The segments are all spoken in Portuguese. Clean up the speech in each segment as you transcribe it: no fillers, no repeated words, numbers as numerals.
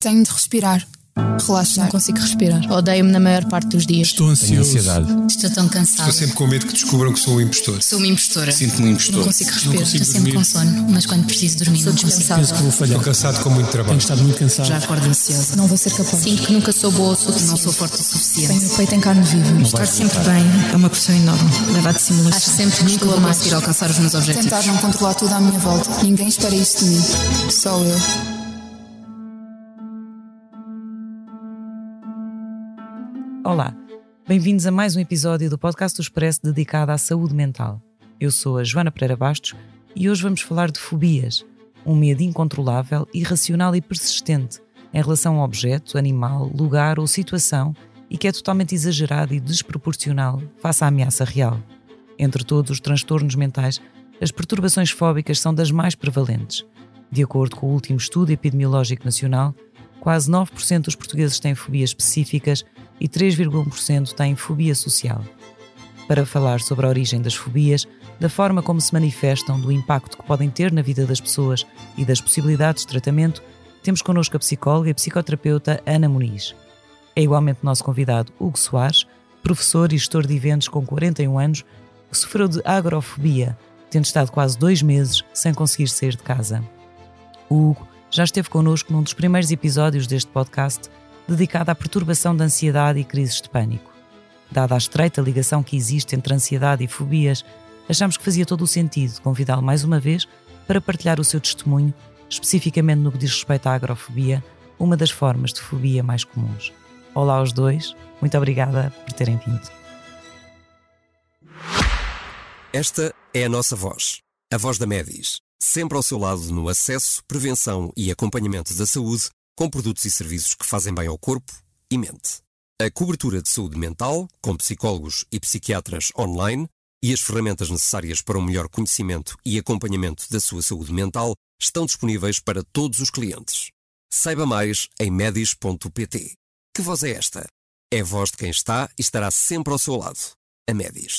Tenho de respirar, relaxar. Não consigo respirar. Odeio-me na maior parte dos dias. Estou ansioso. Estou tão cansada. Estou sempre com medo que descubram que sou um impostor. Sou uma impostora. Sinto-me um impostor. Não consigo respirar. consigo Estou sempre dormir. com sono, mas quando preciso dormir não consigo. Penso que vou falhar. Estou cansado com muito trabalho. Tenho estado muito cansado. Já acordo ansiosa. Não vou ser capaz. Sinto que nunca sou boa o suficiente. Não sou forte o suficiente. Tenho o peito em carne viva. Estar sempre bem é uma pressão enorme. Leva a dissimulação. Acho sempre que nunca vou conseguir alcançar os meus objetivos. Tentar não controlar tudo à minha volta. Ninguém espera isso de mim. Só eu. Olá, bem-vindos a mais um episódio do podcast do Expresso dedicado à saúde mental. Eu sou a Joana Pereira Bastos e hoje vamos falar de fobias, um medo incontrolável, irracional e persistente em relação a objeto, animal, lugar ou situação e que é totalmente exagerado e desproporcional face à ameaça real. Entre todos os transtornos mentais, as perturbações fóbicas são das mais prevalentes. De acordo com o último estudo epidemiológico nacional, quase 9% dos portugueses têm fobias específicas e 3,1% têm fobia social. Para falar sobre a origem das fobias, da forma como se manifestam, do impacto que podem ter na vida das pessoas e das possibilidades de tratamento, temos connosco a psicóloga e psicoterapeuta Ana Muniz. É igualmente o nosso convidado Hugo Soares, professor e gestor de eventos com 41 anos, que sofreu de agorafobia, tendo estado quase 2 meses sem conseguir sair de casa. O Hugo já esteve connosco num dos primeiros episódios deste podcast dedicado à perturbação da ansiedade e crises de pânico. Dada a estreita ligação que existe entre ansiedade e fobias, achamos que fazia todo o sentido convidá-lo mais uma vez para partilhar o seu testemunho, especificamente no que diz respeito à agorafobia, uma das formas de fobia mais comuns. Olá aos dois, muito obrigada por terem vindo. Esta é a nossa voz, a voz da Medis, sempre ao seu lado no acesso, prevenção e acompanhamento da saúde, com produtos e serviços que fazem bem ao corpo e mente. A cobertura de saúde mental, com psicólogos e psiquiatras online, e as ferramentas necessárias para um melhor conhecimento e acompanhamento da sua saúde mental estão disponíveis para todos os clientes. Saiba mais em medis.pt. Que voz é esta? É a voz de quem está e estará sempre ao seu lado. A Medis.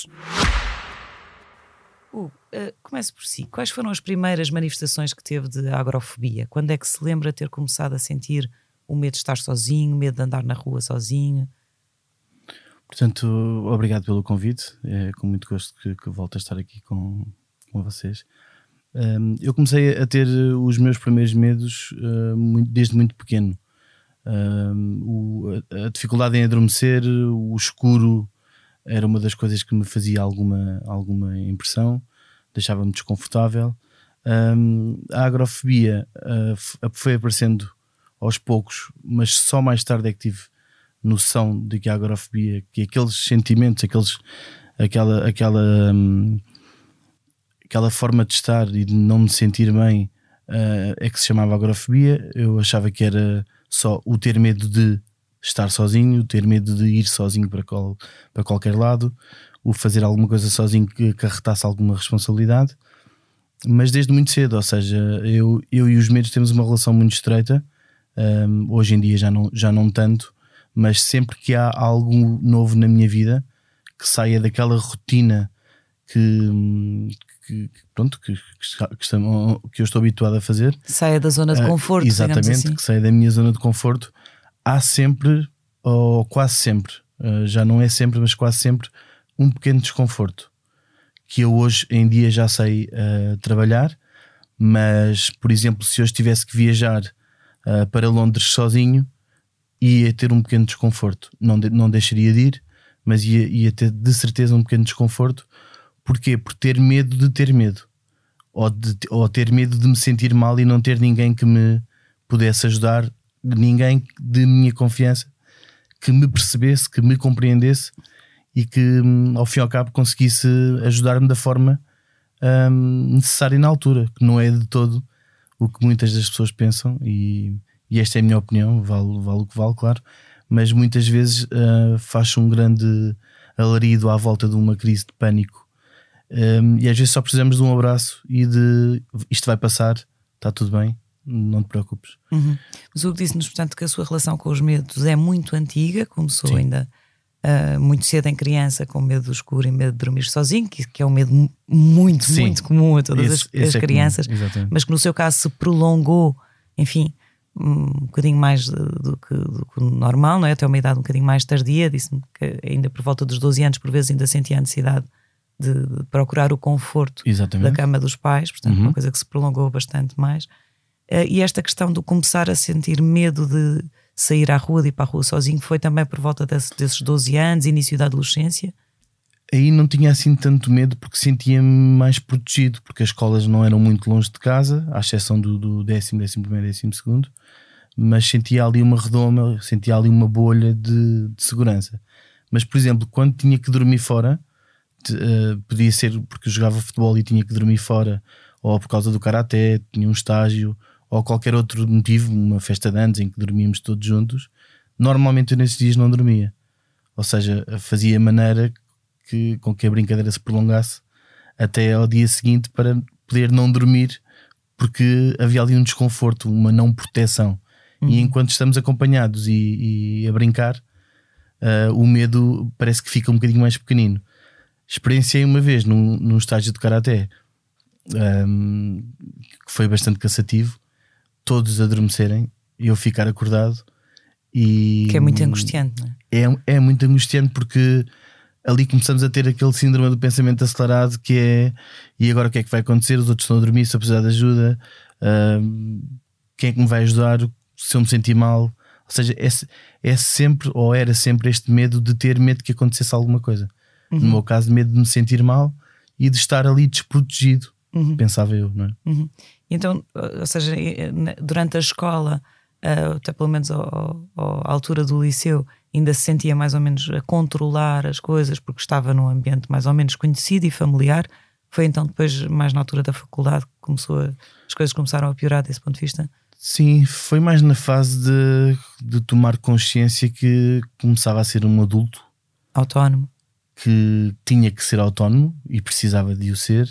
Comece por si. Quais foram as primeiras manifestações que teve de agorafobia? Quando é que se lembra ter começado a sentir o medo de estar sozinho, o medo de andar na rua sozinho? Portanto, obrigado pelo convite. É com muito gosto que volto a estar aqui com vocês. Eu comecei a ter os meus primeiros medos desde muito pequeno. A dificuldade em adormecer, o escuro, era uma das coisas que me fazia alguma impressão, deixava-me desconfortável. A agorafobia foi aparecendo aos poucos, mas só mais tarde é que tive noção de que a agorafobia, que aqueles sentimentos, aquela forma de estar e de não me sentir bem, é que se chamava agorafobia. Eu achava que era só o ter medo de estar sozinho, ter medo de ir sozinho para qualquer lado, o fazer alguma coisa sozinho que acarretasse alguma responsabilidade, mas desde muito cedo. Ou seja, eu e os medos temos uma relação muito estreita. Hoje em dia já não tanto, mas sempre que há algo novo na minha vida que saia daquela rotina que eu estou habituado a fazer, Saia da zona de conforto, exatamente, assim. que saia da minha zona de conforto, há sempre, ou quase sempre, já não é sempre, mas quase sempre, um pequeno desconforto que eu hoje em dia já sei trabalhar. Mas, por exemplo, se eu tivesse que viajar para Londres sozinho, ia ter um pequeno desconforto. Não deixaria de ir, mas ia ter de certeza um pequeno desconforto. Porquê? Por ter medo de ter medo, ou ter medo de me sentir mal e não ter ninguém que me pudesse ajudar, ninguém de minha confiança que me percebesse, que me compreendesse e que ao fim e ao cabo conseguisse ajudar-me da forma necessária na altura, que não é de todo o que muitas das pessoas pensam, e esta é a minha opinião, vale o que vale, claro, mas muitas vezes faz-se um grande alarido à volta de uma crise de pânico, e às vezes só precisamos de um abraço e de isto vai passar, está tudo bem, não te preocupes. Mas o que disse-nos, portanto, que a sua relação com os medos é muito antiga, começou Sim. ainda muito cedo em criança, com medo do escuro e medo de dormir sozinho, que é um medo muito, Sim. muito comum a todas as Esse é crianças, comum, exatamente. mas que no seu caso se prolongou, enfim, um bocadinho mais do que o normal, não é? Até uma idade um bocadinho mais tardia. Disse-me que ainda por volta dos 12 anos, por vezes, ainda sentia a necessidade de procurar o conforto da cama dos pais, portanto, uma coisa que se prolongou bastante mais. E esta questão de começar a sentir medo de sair à rua, de ir para a rua sozinho, foi também por volta desses 12 anos, início da adolescência? Aí não tinha assim tanto medo, porque sentia-me mais protegido, porque as escolas não eram muito longe de casa, à exceção do 10º, 11º, 12º, mas sentia ali uma redoma, sentia ali uma bolha de segurança. Mas, por exemplo, quando tinha que dormir fora, podia ser porque eu jogava futebol e tinha que dormir fora, ou por causa do karaté, tinha um estágio, ou qualquer outro motivo, uma festa de anos em que dormíamos todos juntos, normalmente eu nesses dias não dormia. Ou seja, fazia maneira com que a brincadeira se prolongasse até ao dia seguinte para poder não dormir, porque havia ali um desconforto, uma não proteção. E enquanto estamos acompanhados e a brincar, o medo parece que fica um bocadinho mais pequenino. Experienciei uma vez num estágio de karaté, que foi bastante cansativo, todos adormecerem e eu ficar acordado. Que é muito angustiante, não é? É muito angustiante, porque ali começamos a ter aquele síndrome do pensamento acelerado, que é: e agora o que é que vai acontecer? Os outros estão a dormir, se eu precisar de ajuda, quem é que me vai ajudar se eu me sentir mal? Ou seja, é sempre, ou era sempre, este medo de ter medo que acontecesse alguma coisa. No meu caso, medo de me sentir mal e de estar ali desprotegido, pensava eu, não é? Então, ou seja, durante a escola, até pelo menos à altura do liceu, ainda se sentia mais ou menos a controlar as coisas, porque estava num ambiente mais ou menos conhecido e familiar. Foi então depois, mais na altura da faculdade, que as coisas começaram a piorar desse ponto de vista? Sim, foi mais na fase de tomar consciência que começava a ser um adulto autónomo, que tinha que ser autónomo e precisava de o ser.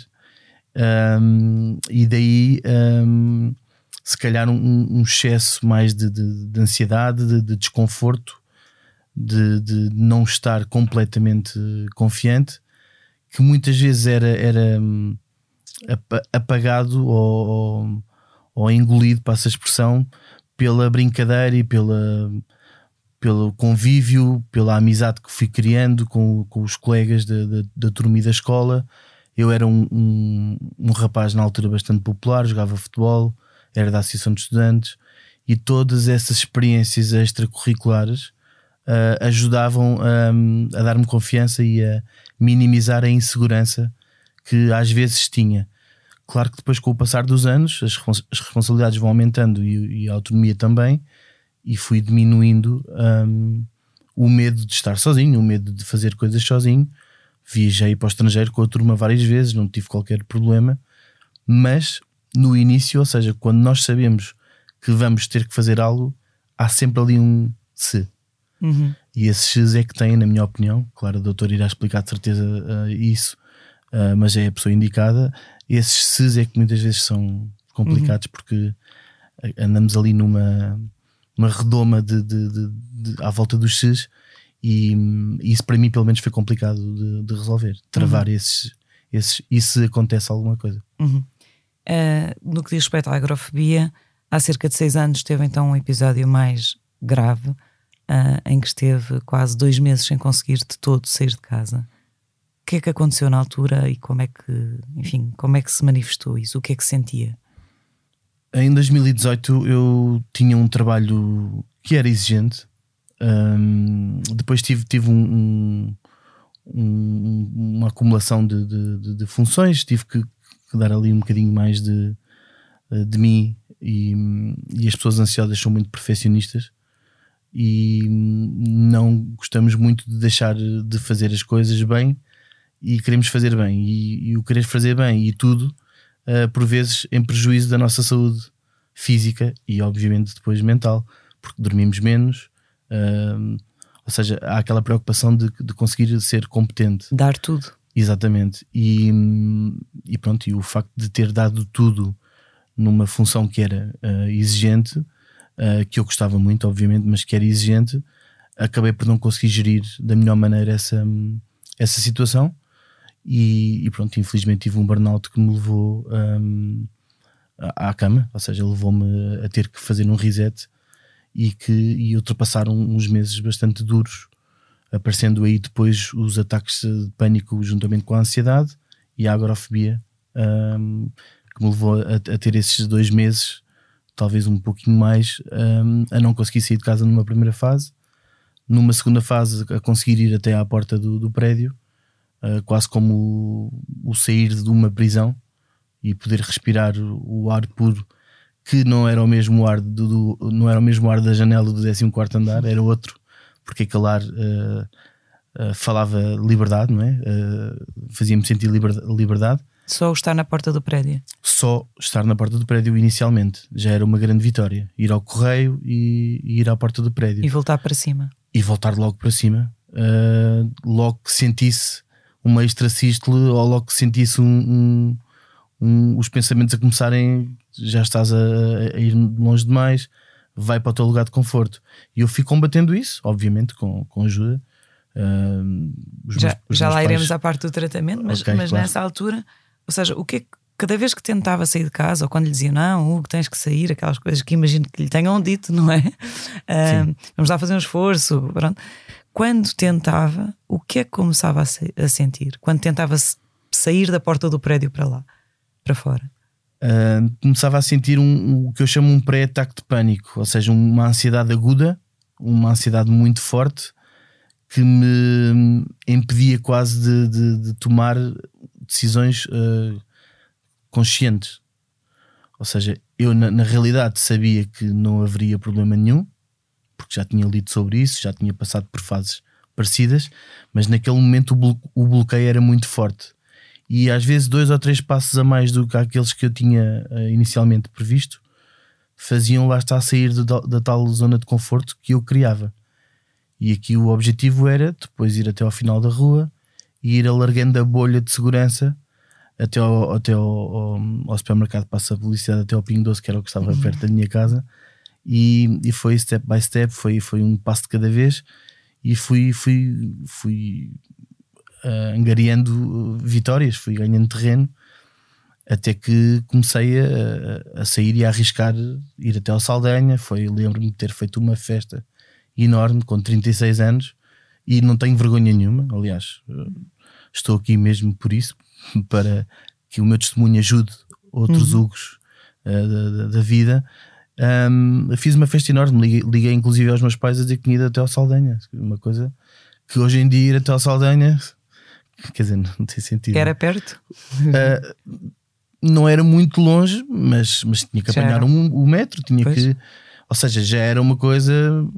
E daí se calhar um excesso mais de ansiedade, de desconforto, de não estar completamente confiante, que muitas vezes era apagado ou engolido, passa a expressão, pela brincadeira e pelo convívio, pela amizade que fui criando com os colegas da turma e da escola. Eu era um rapaz na altura bastante popular, jogava futebol, era da Associação de Estudantes, e todas essas experiências extracurriculares ajudavam a dar-me confiança e a minimizar a insegurança que às vezes tinha. Claro que depois, com o passar dos anos, as responsabilidades vão aumentando e a autonomia também, e fui diminuindo o medo de estar sozinho, o medo de fazer coisas sozinho. Viajei para o estrangeiro com a turma várias vezes, não tive qualquer problema, mas no início, ou seja, quando nós sabemos que vamos ter que fazer algo, há sempre ali um se. E esse X é que tem, na minha opinião, claro, o doutor irá explicar de certeza isso, mas é a pessoa indicada. Esses Cs é que muitas vezes são complicados, porque andamos ali numa redoma à volta dos Cs, e isso para mim pelo menos foi complicado de resolver, travar esses, e se acontece alguma coisa. No que diz respeito à agrofobia, há cerca de 6 anos teve então um episódio mais grave, em que esteve quase 2 meses sem conseguir de todo sair de casa. O que é que aconteceu na altura e como é que se manifestou isso? O que é que sentia? Em 2018 eu tinha um trabalho que era exigente. Depois tive uma acumulação de funções, tive que dar ali um bocadinho mais de mim, e as pessoas ansiosas são muito perfeccionistas e não gostamos muito de deixar de fazer as coisas bem, e queremos fazer bem, e o querer fazer bem e tudo por vezes em prejuízo da nossa saúde física e obviamente depois mental, porque dormimos menos. Ou seja, há aquela preocupação de conseguir ser competente, dar tudo. Exatamente. E pronto, e o facto de ter dado tudo numa função que era exigente, que eu gostava muito, obviamente, mas que era exigente, acabei por não conseguir gerir da melhor maneira essa situação, e pronto, infelizmente tive um burnout que me levou à cama, ou seja, levou-me a ter que fazer um reset e ultrapassar uns meses bastante duros, aparecendo aí depois os ataques de pânico juntamente com a ansiedade e a agorafobia, que me levou a ter esses 2 meses, talvez um pouquinho mais, a não conseguir sair de casa numa primeira fase, numa segunda fase a conseguir ir até à porta do prédio, quase como o sair de uma prisão e poder respirar o ar puro, que não era o mesmo ar não era o mesmo ar da janela do 14º andar, era outro, porque aquele ar falava liberdade, não é? Fazia-me sentir liberdade. Só estar na porta do prédio? Só estar na porta do prédio inicialmente já era uma grande vitória. Ir ao correio e ir à porta do prédio. E voltar para cima. E voltar logo para cima. Logo que sentisse uma extrasístole ou logo que sentisse os pensamentos a começarem, já estás a ir longe demais, vai para o teu lugar de conforto. E eu fui combatendo isso, obviamente, com ajuda. Já lá iremos à parte do tratamento, mas claro. Nessa altura, ou seja, o que é que, cada vez que tentava sair de casa, ou quando lhe diziam não, Hugo, tens que sair, aquelas coisas que imagino que lhe tenham dito, não é? Vamos lá fazer um esforço, pronto. Quando tentava, o que é que começava a sentir? Quando tentava sair da porta do prédio para lá, para fora? Começava a sentir o que eu chamo um pré-ataque de pânico, ou seja, uma ansiedade aguda, uma ansiedade muito forte, que me impedia quase de tomar decisões conscientes. Ou seja, eu na realidade sabia que não haveria problema nenhum, porque já tinha lido sobre isso, já tinha passado por fases parecidas, mas naquele momento o bloqueio era muito forte. E às vezes 2 ou 3 passos a mais do que aqueles que eu tinha inicialmente previsto faziam lá estar a sair da tal zona de conforto que eu criava. E aqui o objetivo era depois ir até ao final da rua e ir alargando a bolha de segurança até ao supermercado, passa a publicidade, até ao Pingo Doce, que era o que estava perto da minha casa. E foi step by step, foi um passo de cada vez, e fui angariando vitórias, fui ganhando terreno, até que comecei a sair e a arriscar ir até ao Saldanha. Lembro-me de ter feito uma festa enorme com 36 anos e não tenho vergonha nenhuma. Aliás, estou aqui mesmo por isso, para que o meu testemunho ajude outros Hugos da vida. Fiz uma festa enorme, liguei inclusive aos meus pais a dizer que tinha ido até ao Saldanha, uma coisa que hoje em dia ir até ao Saldanha, quer dizer, não tem sentido. Era perto? Não era muito longe, mas tinha que apanhar o metro, tinha que, ou seja, já era uma coisa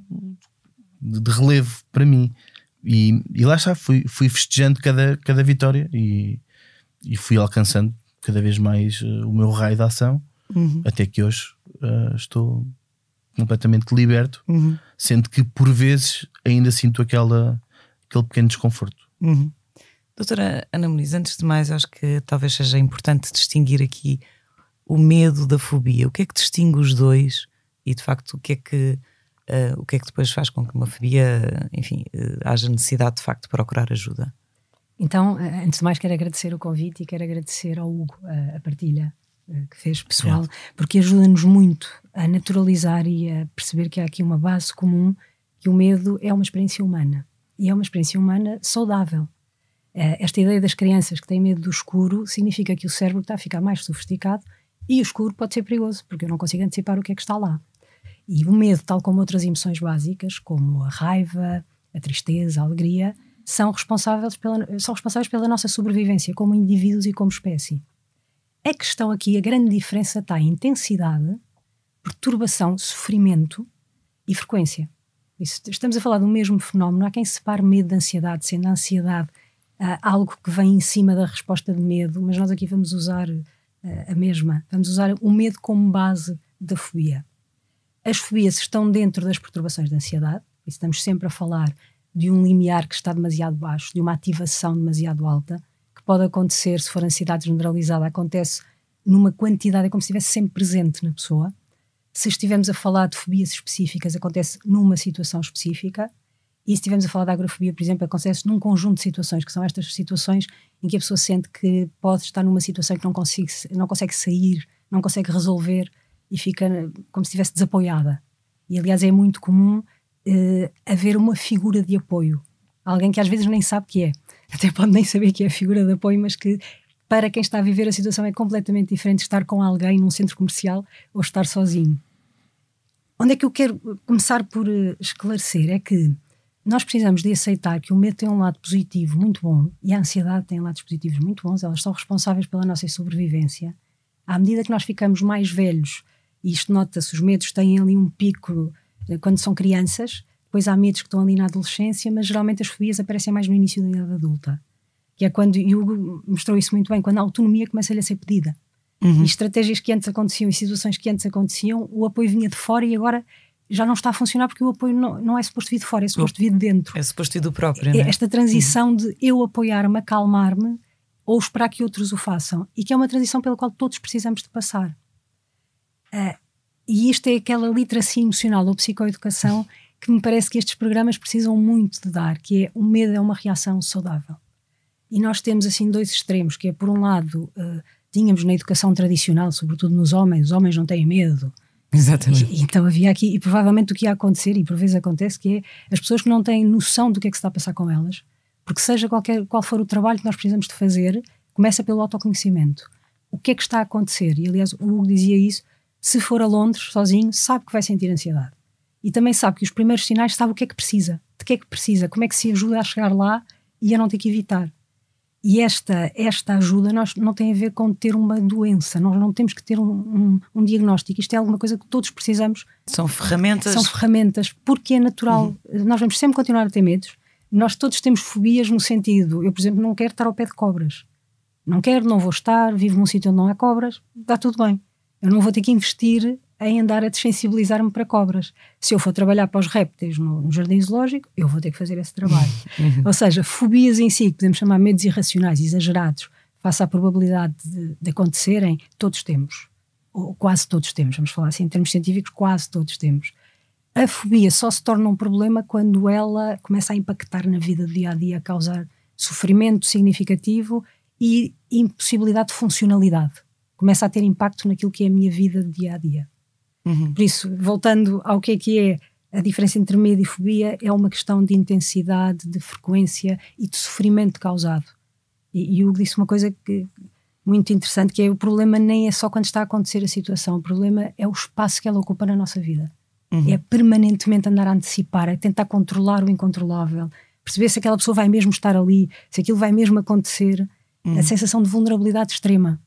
de relevo para mim. E lá está, fui festejando cada vitória e fui alcançando cada vez mais o meu raio de ação, até que hoje estou completamente liberto, sendo que por vezes ainda sinto aquele pequeno desconforto. Doutora Ana Muniz, antes de mais, acho que talvez seja importante distinguir aqui o medo da fobia. O que é que distingue os dois e, de facto, o que é que depois faz com que uma fobia, enfim, haja necessidade de facto de procurar ajuda? Então, antes de mais, quero agradecer o convite e quero agradecer ao Hugo a partilha que fez pessoal, porque ajuda-nos muito a naturalizar e a perceber que há aqui uma base comum, que o medo é uma experiência humana, e é uma experiência humana saudável. Esta ideia das crianças que têm medo do escuro significa que o cérebro está a ficar mais sofisticado, e o escuro pode ser perigoso, porque eu não consigo antecipar o que é que está lá. E o medo, tal como outras emoções básicas, como a raiva, a tristeza, a alegria, são responsáveis pela nossa sobrevivência como indivíduos e como espécie. A questão aqui, a grande diferença está em intensidade, perturbação, sofrimento e frequência. Estamos a falar do mesmo fenómeno. Há quem separe medo de ansiedade, sendo a ansiedade algo que vem em cima da resposta de medo, mas nós aqui vamos usar a mesma. Vamos usar o medo como base da fobia. As fobias estão dentro das perturbações de ansiedade, e estamos sempre a falar de um limiar que está demasiado baixo, de uma ativação demasiado alta, que pode acontecer, se for ansiedade generalizada, acontece numa quantidade, é como se estivesse sempre presente na pessoa. Se estivermos a falar de fobias específicas, acontece numa situação específica, e se estivermos a falar de agorafobia, por exemplo, acontece num conjunto de situações, que são estas situações em que a pessoa sente que pode estar numa situação que não consegue sair não consegue resolver e fica como se estivesse desapoiada. E aliás é muito comum haver uma figura de apoio. Alguém que às vezes nem sabe que é. Até pode nem saber que é a figura de apoio, mas que para quem está a viver a situação é completamente diferente estar com alguém num centro comercial ou estar sozinho. Onde é que eu quero começar por esclarecer? É que nós precisamos de aceitar que o medo tem um lado positivo muito bom e a ansiedade tem lados positivos muito bons. Elas são responsáveis pela nossa sobrevivência. À medida que nós ficamos mais velhos, e isto nota-se, os medos têm ali um pico quando são crianças, depois há medos que estão ali na adolescência, mas geralmente as fobias aparecem mais no início da idade adulta. Que é quando, e o Hugo mostrou isso muito bem, quando a autonomia começa-lhe a ser pedida. E estratégias que antes aconteciam e situações que antes aconteciam, o apoio vinha de fora e agora já não está a funcionar porque o apoio não é suposto vir de fora, é suposto vir de dentro. É suposto vir do próprio, não é? Esta transição de eu apoiar-me, acalmar-me ou esperar que outros o façam. E que é uma transição pela qual todos precisamos de passar. E isto é aquela literacia emocional ou psicoeducação que me parece que estes programas precisam muito de dar, que é o medo é uma reação saudável. E nós temos assim dois extremos, que é por um lado, tínhamos na educação tradicional, sobretudo nos homens, os homens não têm medo. Exatamente. E então havia aqui, e provavelmente o que ia acontecer, e por vezes acontece, que é as pessoas que não têm noção do que é que se está a passar com elas, porque seja qual for o trabalho que nós precisamos de fazer, começa pelo autoconhecimento. O que é que está a acontecer? E aliás o Hugo dizia isso, se for a Londres sozinho, sabe que vai sentir ansiedade. E também sabe que os primeiros sinais sabe o que é que precisa, de que é que precisa, como é que se ajuda a chegar lá e a não ter que evitar. E esta ajuda não tem a ver com ter uma doença, nós não temos que ter um diagnóstico, isto é alguma coisa que todos precisamos. São ferramentas. São ferramentas, porque é natural. Nós vamos sempre continuar a ter medos, nós todos temos fobias no sentido, eu por exemplo não quero estar ao pé de cobras, não vou estar, vivo num sítio onde não há cobras, está tudo bem, eu não vou ter que investir em andar a desensibilizar-me para cobras. Se eu for trabalhar para os répteis no jardim zoológico, eu vou ter que fazer esse trabalho. Ou seja, fobias em si, que podemos chamar medos irracionais, exagerados, face à probabilidade de acontecerem, todos temos. Ou quase todos temos, vamos falar assim, em termos científicos, quase todos temos. A fobia só se torna um problema quando ela começa a impactar na vida do dia-a-dia, a causar sofrimento significativo e impossibilidade de funcionalidade. Começa a ter impacto naquilo que é a minha vida do dia-a-dia. Por isso, voltando ao que é a diferença entre medo e fobia, é uma questão de intensidade, de frequência e de sofrimento causado. E o Hugo disse uma coisa muito interessante, que é o problema nem é só quando está a acontecer a situação, o problema é o espaço que ela ocupa na nossa vida. É permanentemente andar a antecipar, é tentar controlar o incontrolável, perceber se aquela pessoa vai mesmo estar ali, se aquilo vai mesmo acontecer, a sensação de vulnerabilidade extrema.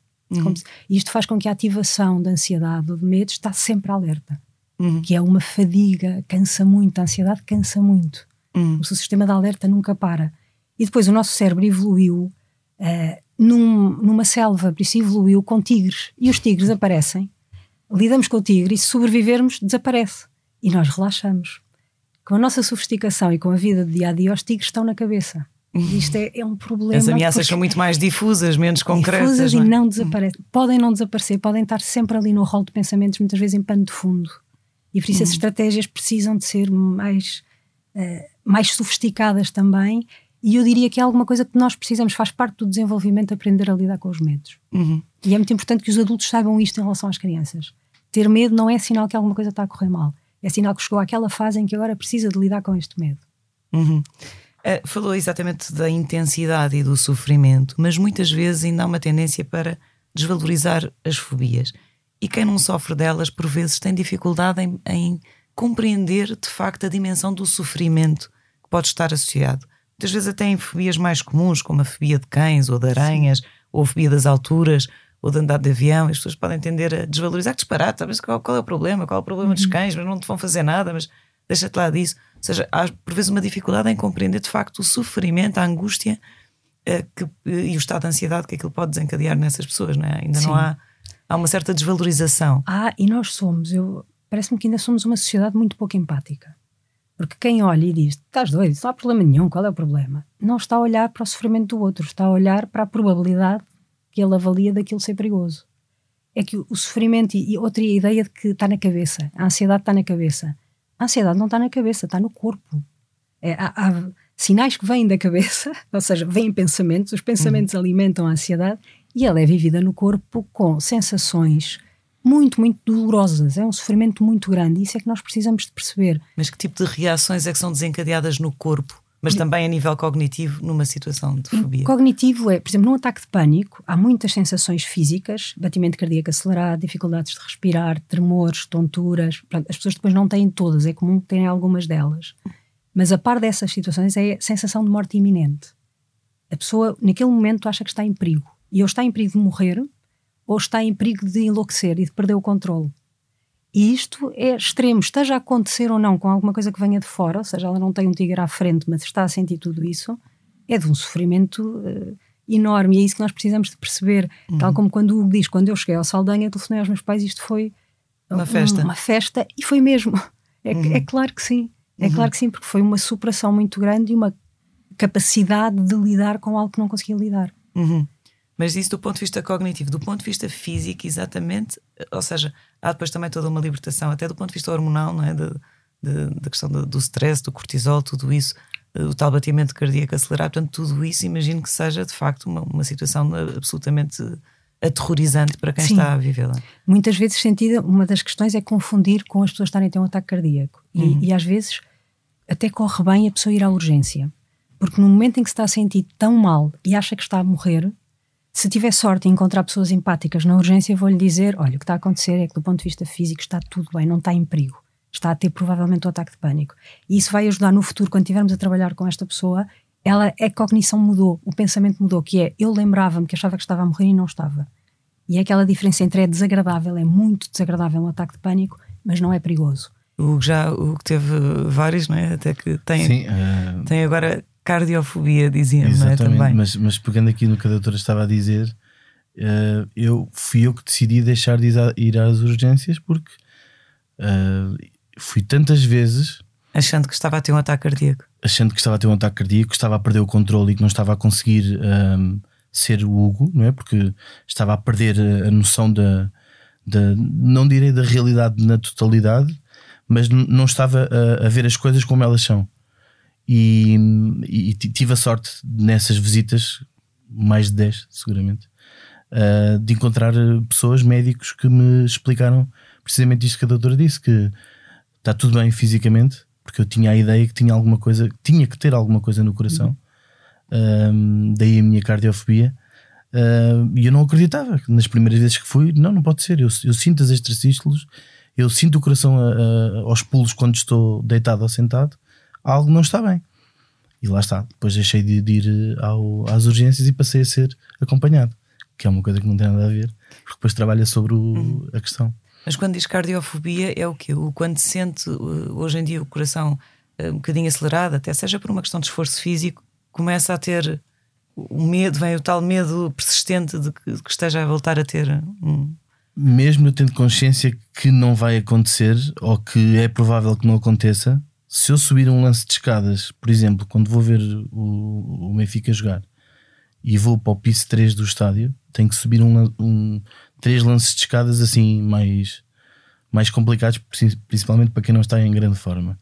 E isto faz com que a ativação da ansiedade ou de medo está sempre alerta, que é uma fadiga, cansa muito, a ansiedade cansa muito. O seu sistema de alerta nunca para. E depois o nosso cérebro evoluiu numa selva, por isso evoluiu com tigres, e os tigres aparecem, lidamos com o tigre e se sobrevivermos desaparece e nós relaxamos. Com a nossa sofisticação e com a vida do dia-a-dia, os tigres estão na cabeça. Isto é um problema. As ameaças são muito mais difusas, menos concretas. Difusas e não desaparecem. Podem não desaparecer, podem estar sempre ali no rol de pensamentos, muitas vezes em pano de fundo. E por isso as estratégias precisam de ser mais sofisticadas também. E eu diria que é alguma coisa que nós precisamos, faz parte do desenvolvimento, aprender a lidar com os medos. E é muito importante que os adultos saibam isto em relação às crianças. Ter medo não é sinal que alguma coisa está a correr mal. É sinal que chegou àquela fase em que agora precisa de lidar com este medo. Falou exatamente da intensidade e do sofrimento, mas muitas vezes ainda há uma tendência para desvalorizar as fobias. E quem não sofre delas, por vezes, tem dificuldade em compreender de facto a dimensão do sofrimento que pode estar associado. Muitas vezes até em fobias mais comuns, como a fobia de cães ou de aranhas, ou a fobia das alturas, ou de andar de avião, as pessoas podem tender a desvalorizar, que disparate, sabes qual é o problema? Qual é o problema dos cães? Mas não te vão fazer nada, mas deixa-te lá disso. Ou seja, há por vezes uma dificuldade em compreender de facto o sofrimento, a angústia e o estado de ansiedade que aquilo pode desencadear nessas pessoas, não é? Ainda não há uma certa desvalorização. E nós parece-me que ainda somos uma sociedade muito pouco empática. Porque quem olha e diz, estás doido, não há problema nenhum, qual é o problema? Não está a olhar para o sofrimento do outro, está a olhar para a probabilidade que ele avalia daquilo ser perigoso. É que o sofrimento e outra ideia de que está na cabeça, a ansiedade está na cabeça. A ansiedade não está na cabeça, está no corpo. Há sinais que vêm da cabeça, ou seja, vêm pensamentos, os pensamentos alimentam a ansiedade e ela é vivida no corpo com sensações, muito, muito dolorosas, é um sofrimento muito grande, e isso é que nós precisamos de perceber. Mas que tipo de reações é que são desencadeadas no corpo, mas também a nível cognitivo, numa situação de fobia? Cognitivo é, por exemplo, num ataque de pânico, há muitas sensações físicas, batimento cardíaco acelerado, dificuldades de respirar, tremores, tonturas. Pronto, as pessoas depois não têm todas, é comum terem algumas delas. Mas a par dessas situações é a sensação de morte iminente. A pessoa, naquele momento, acha que está em perigo. E ou está em perigo de morrer, ou está em perigo de enlouquecer e de perder o controle. E isto é extremo, esteja a acontecer ou não com alguma coisa que venha de fora, ou seja, ela não tem um tigre à frente, mas está a sentir tudo isso, é de um sofrimento enorme, e é isso que nós precisamos de perceber. Tal como quando o Hugo diz, quando eu cheguei ao Saldanha, telefonei aos meus pais, isto foi uma festa, e foi mesmo. É claro que sim, é claro que sim, porque foi uma superação muito grande e uma capacidade de lidar com algo que não conseguia lidar. Mas isso do ponto de vista cognitivo, do ponto de vista físico, exatamente, ou seja, há depois também toda uma libertação, até do ponto de vista hormonal, não é? Da questão do stress, do cortisol, tudo isso, o tal batimento cardíaco acelerado, portanto, tudo isso imagino que seja de facto uma situação absolutamente aterrorizante para quem está a vivê-la. Muitas vezes sentida, uma das questões é confundir com as pessoas estarem a ter um ataque cardíaco, e às vezes até corre bem a pessoa ir à urgência, porque no momento em que se está a sentir tão mal e acha que está a morrer, se tiver sorte em encontrar pessoas empáticas na urgência, vou-lhe dizer, olha, o que está a acontecer é que do ponto de vista físico está tudo bem, não está em perigo, está a ter provavelmente um ataque de pânico, e isso vai ajudar no futuro, quando estivermos a trabalhar com esta pessoa, a cognição mudou, o pensamento mudou, que é, eu lembrava-me que achava que estava a morrer e não estava, e é aquela diferença entre é desagradável, é muito desagradável um ataque de pânico, mas não é perigoso. O que teve vários, não é? Até que tem agora cardiofobia, dizia-me, não é? Também. Mas pegando aqui no que a doutora estava a dizer, fui eu que decidi deixar de ir às urgências, porque fui tantas vezes achando que estava a ter um ataque cardíaco, que estava a perder o controle e que não estava a conseguir ser o Hugo, não é? Porque estava a perder a noção não direi da realidade na totalidade, mas não estava a ver as coisas como elas são. E tive a sorte nessas visitas, mais de 10 seguramente, de encontrar pessoas, médicos, que me explicaram precisamente isto que a doutora disse, que está tudo bem fisicamente, porque eu tinha a ideia que tinha alguma coisa, tinha que ter alguma coisa no coração, daí a minha cardiofobia, e eu não acreditava. Nas primeiras vezes que fui, não pode ser, eu sinto as extrasístolos, eu sinto o coração aos pulos quando estou deitado ou sentado, algo não está bem. E lá está, depois deixei de ir às urgências e passei a ser acompanhado, que é uma coisa que não tem nada a ver, porque depois trabalha sobre a questão. Mas quando diz cardiofobia é o quê? Quando sente hoje em dia o coração um bocadinho acelerado, até seja por uma questão de esforço físico, começa a ter o medo, vem o tal medo persistente de que esteja a voltar a ter Mesmo eu tendo consciência que não vai acontecer, ou que é provável que não aconteça, se eu subir um lance de escadas, por exemplo, quando vou ver o Benfica jogar e vou para o piso 3 do estádio, tenho que subir 3 lances de escadas assim mais complicados, principalmente para quem não está em grande forma.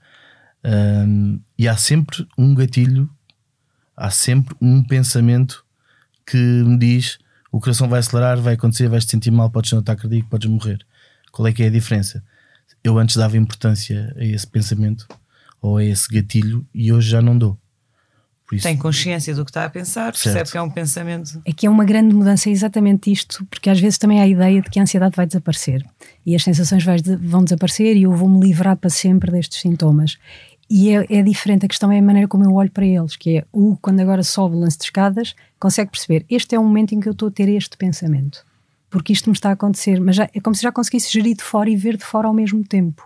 E há sempre um gatilho, há sempre um pensamento que me diz: o coração vai acelerar, vai acontecer, vais te sentir mal, podes ter um ataque cardíaco, podes morrer. Qual é que é a diferença? Eu antes dava importância a esse pensamento ou a esse gatilho e hoje já não dou. Por isso, tem consciência do que está a pensar, percebe que é um pensamento. É que é uma grande mudança, é exatamente isto, porque às vezes também há a ideia de que a ansiedade vai desaparecer e as sensações vão desaparecer e eu vou-me livrar para sempre destes sintomas. E é diferente, a questão é a maneira como eu olho para eles, que é quando agora sobe o lance de escadas, consegue perceber, este é o momento em que eu estou a ter este pensamento, porque isto me está a acontecer, mas é como se já conseguisse gerir de fora e ver de fora ao mesmo tempo.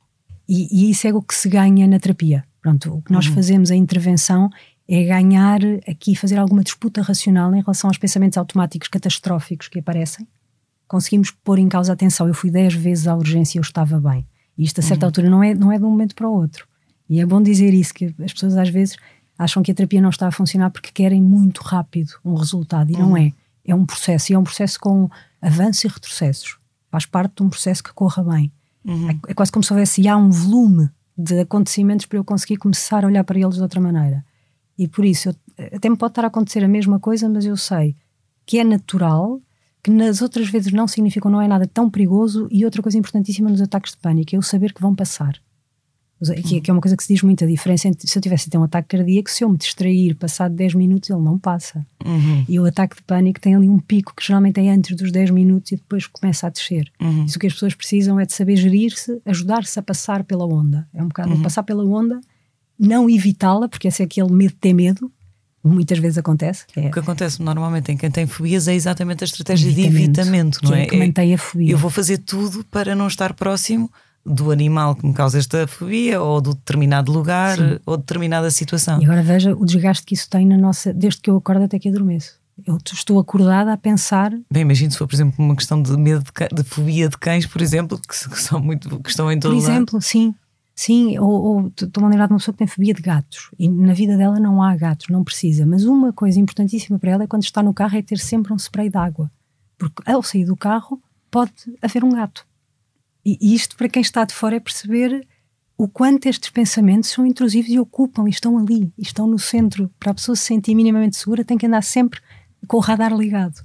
E isso é o que se ganha na terapia. Pronto, o que nós fazemos, a intervenção, é ganhar aqui, fazer alguma disputa racional em relação aos pensamentos automáticos catastróficos que aparecem. Conseguimos pôr em causa a atenção. Eu fui 10 vezes à urgência e eu estava bem. E isto a certa altura não é de um momento para o outro. E é bom dizer isso, que as pessoas às vezes acham que a terapia não está a funcionar porque querem muito rápido um resultado. E não é. É um processo. E é um processo com avanços e retrocessos. Faz parte de um processo que corra bem. É quase como se houvesse um volume de acontecimentos para eu conseguir começar a olhar para eles de outra maneira. E por isso, até me pode estar a acontecer a mesma coisa, mas eu sei que é natural, que nas outras vezes não significam, não é nada tão perigoso. E outra coisa importantíssima nos ataques de pânico é o saber que vão passar. Que é uma coisa que se diz muito, a diferença entre se eu tivesse a ter um ataque cardíaco, se eu me distrair passado 10 minutos ele não passa. E o ataque de pânico tem ali um pico que geralmente é antes dos 10 minutos e depois começa a descer. Isso o que as pessoas precisam é de saber gerir-se, ajudar-se a passar pela onda. É um bocado passar pela onda, não evitá-la, porque esse é aquele medo de ter medo. Muitas vezes acontece. O que acontece normalmente em quem tem fobias é exatamente a estratégia de evitamento, não é? Que mantém a fobia. Eu vou fazer tudo para não estar próximo do animal que me causa esta fobia, ou do determinado lugar, ou determinada situação. E agora veja o desgaste que isso tem na nossa, desde que eu acordo até que adormeço. Eu estou acordada a pensar. Bem, imagino se for, por exemplo, uma questão de medo de fobia de cães, por exemplo, que estão em todo lado. Por exemplo, sim, ou estou-me a lembrar de uma pessoa que tem fobia de gatos e na vida dela não há gatos, não precisa, mas uma coisa importantíssima para ela é quando está no carro é ter sempre um spray de água, porque ao sair do carro pode haver um gato. E isto para quem está de fora é perceber o quanto estes pensamentos são intrusivos e ocupam, e estão ali, e estão no centro. Para a pessoa se sentir minimamente segura tem que andar sempre com o radar ligado.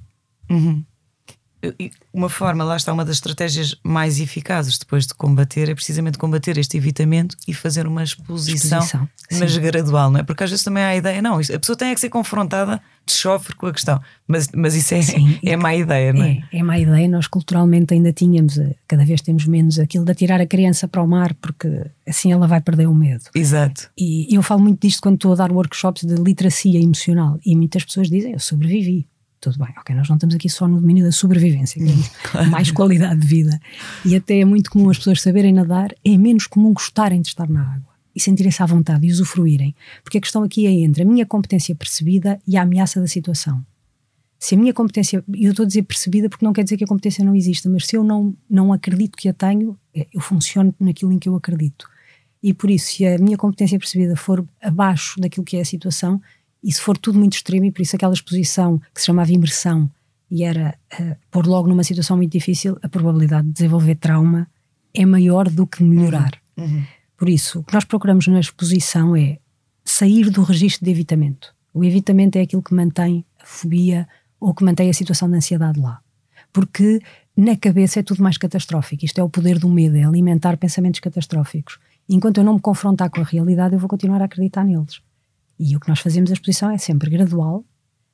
Uma forma, lá está, uma das estratégias mais eficazes depois de combater é precisamente combater este evitamento e fazer uma exposição mas gradual, não é? Porque às vezes também há a ideia, não, a pessoa tem que ser confrontada de chofre com a questão, mas isso é má ideia, não é? É má ideia. Nós culturalmente ainda tínhamos, cada vez temos menos aquilo de atirar a criança para o mar, porque assim ela vai perder o medo. Exato. E eu falo muito disto quando estou a dar workshops de literacia emocional e muitas pessoas dizem, eu sobrevivi. Tudo bem, ok, nós não estamos aqui só no domínio da sobrevivência, que é mais qualidade de vida. E até é muito comum as pessoas saberem nadar, é menos comum gostarem de estar na água e sentirem-se à vontade e usufruírem. Porque a questão aqui é entre a minha competência percebida e a ameaça da situação. Se a minha competência, e eu estou a dizer percebida porque não quer dizer que a competência não exista, mas se eu não acredito que a tenho, eu funciono naquilo em que eu acredito. E por isso, se a minha competência percebida for abaixo daquilo que é a situação, e se for tudo muito extremo, e por isso aquela exposição que se chamava imersão e era pôr logo numa situação muito difícil, a probabilidade de desenvolver trauma é maior do que melhorar. Por isso, o que nós procuramos na exposição é sair do registro de evitamento. O evitamento é aquilo que mantém a fobia ou que mantém a situação de ansiedade lá. Porque na cabeça é tudo mais catastrófico. Isto é o poder do medo, é alimentar pensamentos catastróficos. Enquanto eu não me confrontar com a realidade, eu vou continuar a acreditar neles. E o que nós fazemos, a exposição é sempre gradual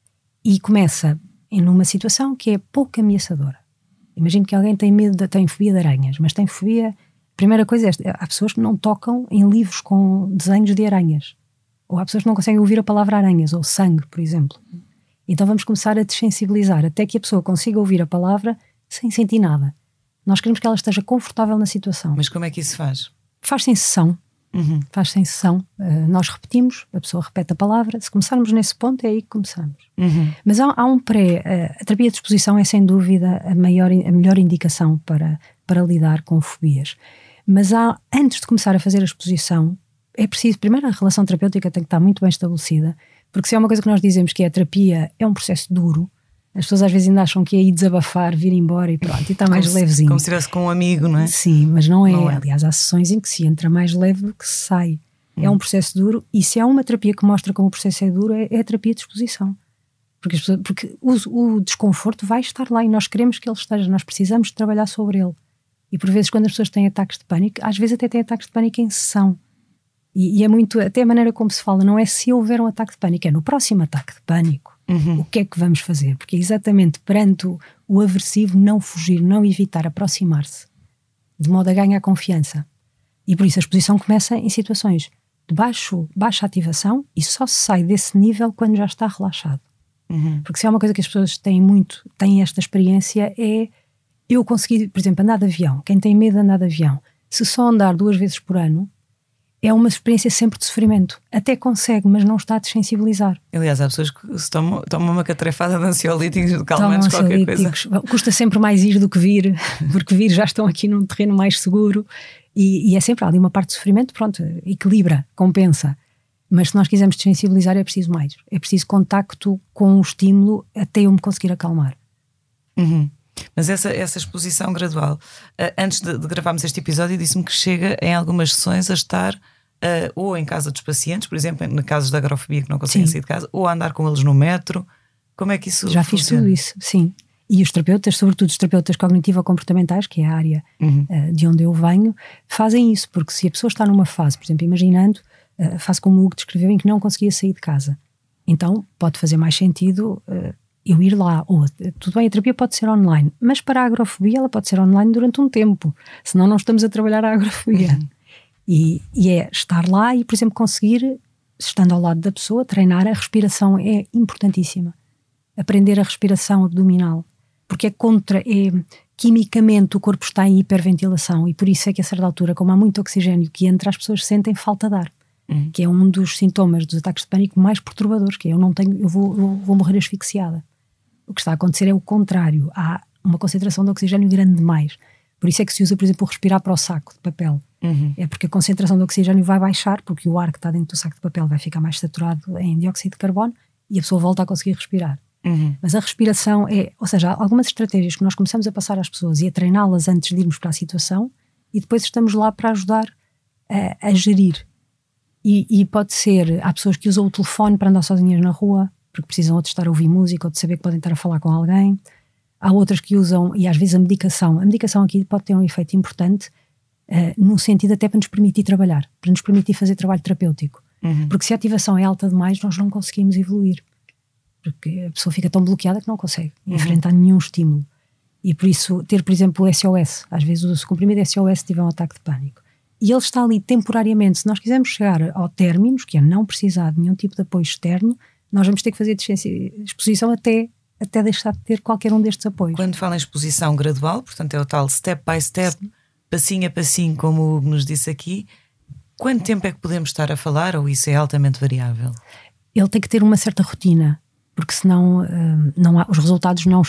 e começa numa situação que é pouco ameaçadora. Imagino que alguém tem fobia de aranhas, mas tem fobia... A primeira coisa é, há pessoas que não tocam em livros com desenhos de aranhas. Ou há pessoas que não conseguem ouvir a palavra aranhas, ou sangue, por exemplo. Então vamos começar a dessensibilizar, até que a pessoa consiga ouvir a palavra sem sentir nada. Nós queremos que ela esteja confortável na situação. Mas como é que isso se faz? Faz-se em sessão. Faz-se em sessão. Nós repetimos, a pessoa repete a palavra. Se começarmos nesse ponto, é aí que começamos. Mas há um pré. A terapia de exposição é sem dúvida a melhor indicação para lidar com fobias. Mas antes de começar a fazer a exposição, é preciso, primeiro, a relação terapêutica tem que estar muito bem estabelecida, porque se é uma coisa que nós dizemos que a terapia é um processo duro, as pessoas às vezes ainda acham que é ir desabafar, vir embora e pronto, e está mais levezinho. Como se estivesse com um amigo, não é? Sim, mas não é. Aliás, há sessões em que se entra mais leve do que se sai. É um processo duro, e se há uma terapia que mostra como o processo é duro, é a terapia de exposição. Porque o desconforto vai estar lá e nós queremos que ele esteja, nós precisamos de trabalhar sobre ele. E por vezes quando as pessoas têm ataques de pânico, às vezes até têm ataques de pânico em sessão. E é muito, até a maneira como se fala, não é se houver um ataque de pânico, é no próximo ataque de pânico. O que é que vamos fazer? Porque é exatamente perante o aversivo não fugir, não evitar, aproximar-se, de modo a ganhar confiança. E por isso a exposição começa em situações de baixa ativação e só se sai desse nível quando já está relaxado. Porque se há uma coisa que as pessoas têm esta experiência é eu conseguir, por exemplo, andar de avião. Quem tem medo de andar de avião, se só andar 2 vezes por ano, é uma experiência sempre de sofrimento. Até consegue, mas não está a desensibilizar. Aliás, há pessoas que se tomam uma catrefada de ansiolíticos, de calmantes, qualquer coisa. Custa sempre mais ir do que vir, porque vir já estão aqui num terreno mais seguro. E é sempre ali uma parte de sofrimento, pronto, equilibra, compensa. Mas se nós quisermos desensibilizar é preciso mais. É preciso contacto com o estímulo até eu me conseguir acalmar. Mas essa exposição gradual, antes de gravarmos este episódio, disse-me que chega em algumas sessões a estar ou em casa dos pacientes, por exemplo, em casos de agrofobia que não conseguem sair de casa, ou a andar com eles no metro. Como é que isso já funciona? Fiz tudo isso, sim. E os terapeutas, sobretudo os terapeutas cognitivo-comportamentais, que é a área de onde eu venho, fazem isso, porque se a pessoa está numa fase, por exemplo, imaginando, fase como o Hugo descreveu, em que não conseguia sair de casa, então pode fazer mais sentido eu ir lá. Ou, tudo bem, a terapia pode ser online, mas para a agrofobia ela pode ser online durante um tempo, senão não estamos a trabalhar a agrofobia. E é estar lá e, por exemplo, conseguir, estando ao lado da pessoa, treinar a respiração é importantíssima. Aprender a respiração abdominal, porque quimicamente o corpo está em hiperventilação e por isso é que a certa altura, como há muito oxigênio que entra, as pessoas sentem falta de ar, que é um dos sintomas dos ataques de pânico mais perturbadores, que é eu vou morrer asfixiada. O que está a acontecer é o contrário, há uma concentração de oxigênio grande demais. Por isso é que se usa, por exemplo, respirar para o saco de papel. É porque a concentração de oxigênio vai baixar, porque o ar que está dentro do saco de papel vai ficar mais saturado em dióxido de carbono e a pessoa volta a conseguir respirar. Mas a respiração ou seja, há algumas estratégias que nós começamos a passar às pessoas e a treiná-las antes de irmos para a situação e depois estamos lá para ajudar a gerir. E pode ser, há pessoas que usam o telefone para andar sozinhas na rua, porque precisam ou de estar a ouvir música ou de saber que podem estar a falar com alguém. Há outras que usam, e às vezes a medicação aqui pode ter um efeito importante, num sentido até para nos permitir trabalhar, para nos permitir fazer trabalho terapêutico. Porque se a ativação é alta demais, nós não conseguimos evoluir. Porque a pessoa fica tão bloqueada que não consegue enfrentar nenhum estímulo. E por isso, ter, por exemplo, o SOS, às vezes o comprimido SOS tiver um ataque de pânico. E ele está ali temporariamente. Se nós quisermos chegar ao término, que é não precisar de nenhum tipo de apoio externo, nós vamos ter que fazer exposição até deixar de ter qualquer um destes apoios. Quando fala em exposição gradual, portanto é o tal step by step, passinho a passinho, como o Hugo nos disse aqui, quanto tempo é que podemos estar a falar, ou isso é altamente variável? Ele tem que ter uma certa rotina, porque senão os resultados não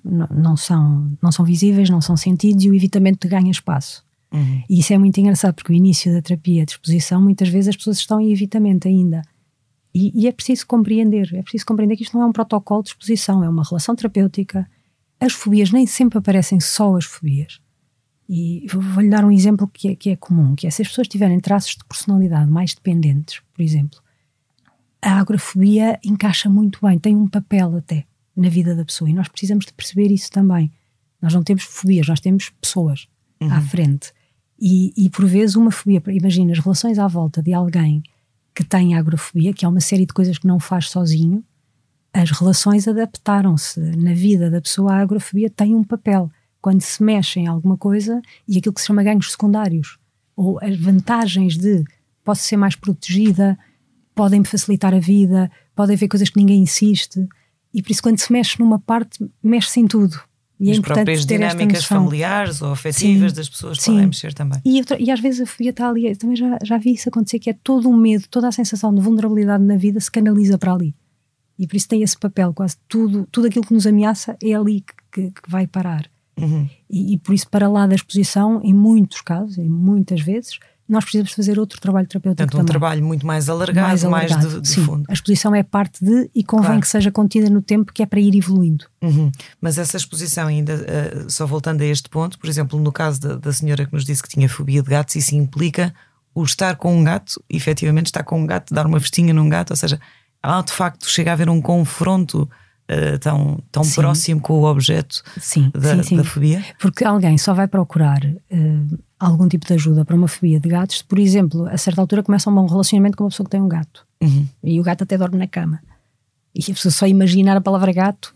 são visíveis, não são sentidos e o evitamento ganha espaço. E isso é muito engraçado, porque o início da terapia de exposição, muitas vezes as pessoas estão em evitamento ainda. E é preciso compreender que isto não é um protocolo de exposição, é uma relação terapêutica. As fobias nem sempre aparecem só as fobias. E vou-lhe dar um exemplo que é comum, que é se as pessoas tiverem traços de personalidade mais dependentes, por exemplo, a agrofobia encaixa muito bem, tem um papel até na vida da pessoa e nós precisamos de perceber isso também. Nós não temos fobias, nós temos pessoas à frente. E por vezes uma fobia, imagina as relações à volta de alguém que tem agrofobia, que é uma série de coisas que não faz sozinho, as relações adaptaram-se na vida da pessoa, a agrofobia tem um papel. Quando se mexe em alguma coisa e aquilo que se chama ganhos secundários, ou as vantagens de posso ser mais protegida, podem-me facilitar a vida, podem haver coisas que ninguém insiste, e por isso quando se mexe numa parte, mexe-se em tudo. E as próprias dinâmicas familiares ou afetivas das pessoas podem mexer também. E às vezes a fobia está ali, eu também já vi isso acontecer, que é todo o medo, toda a sensação de vulnerabilidade na vida se canaliza para ali. E por isso tem esse papel, quase tudo aquilo que nos ameaça é ali que vai parar. E por isso, para lá da exposição, em muitos casos, em muitas vezes, nós precisamos fazer outro trabalho terapêutico. Portanto, um trabalho muito mais alargado, mais de fundo. A exposição é parte de, e convém que seja contida no tempo, que é para ir evoluindo. Mas essa exposição ainda, só voltando a este ponto, por exemplo, no caso da senhora que nos disse que tinha fobia de gatos, isso implica o estar com um gato, efetivamente estar com um gato, dar uma vestinha num gato, ou seja, de facto chega a haver um confronto tão próximo com o objeto da fobia? Porque alguém só vai procurar algum tipo de ajuda para uma fobia de gatos, por exemplo, a certa altura começa um bom relacionamento com uma pessoa que tem um gato e o gato até dorme na cama e a pessoa só imaginar a palavra gato